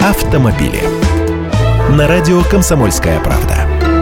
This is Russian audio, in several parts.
автомобили. На радио «Комсомольская правда».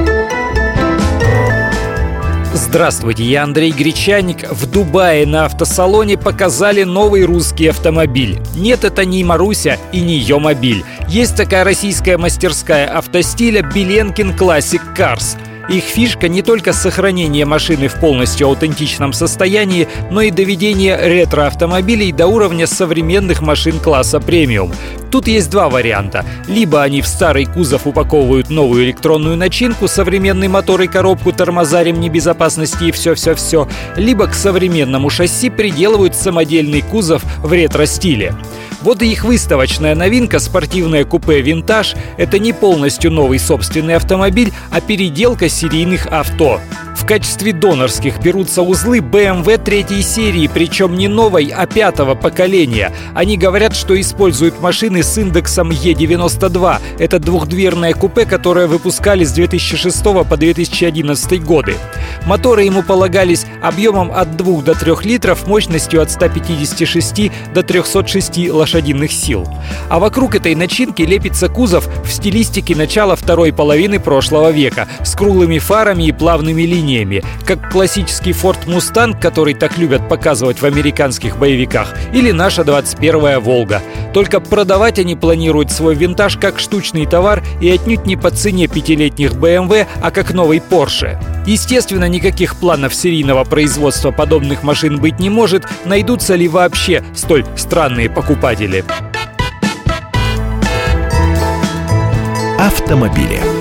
Здравствуйте, я Андрей Гречаник. В Дубае на автосалоне показали новый русский автомобиль. Нет, это не Маруся и не Йомобиль. Есть такая российская мастерская автостиля Беленкин Classic Cars. Их фишка не только сохранение машины в полностью аутентичном состоянии, но и доведение ретро-автомобилей до уровня современных машин класса премиум. Тут есть два варианта. Либо они в старый кузов упаковывают новую электронную начинку, современный мотор и коробку, тормоза, ремни безопасности и все-все-все, либо к современному шасси приделывают самодельный кузов в ретро-стиле. Вот и их выставочная новинка — спортивное купе «Винтаж» — это не полностью новый собственный автомобиль, а переделка серийных авто. В качестве донорских берутся узлы BMW 3 серии, причем не новой, а 5-го поколения. Они говорят, что используют машины с индексом E92. Это двухдверное купе, которое выпускали с 2006 по 2011 годы. Моторы ему полагались объемом от 2 до 3 литров, мощностью от 156 до 306 лошадиных сил. А вокруг этой начинки лепится кузов в стилистике начала второй половины прошлого века, с круглыми фарами и плавными линиями, как классический Ford Mustang, который так любят показывать в американских боевиках, или наша 21-я Волга. Только продавать они планируют свой винтаж как штучный товар и отнюдь не по цене 5-летних BMW, а как новый Porsche. Естественно, никаких планов серийного производства подобных машин быть не может. Найдутся ли вообще столь странные покупатели? Автомобили.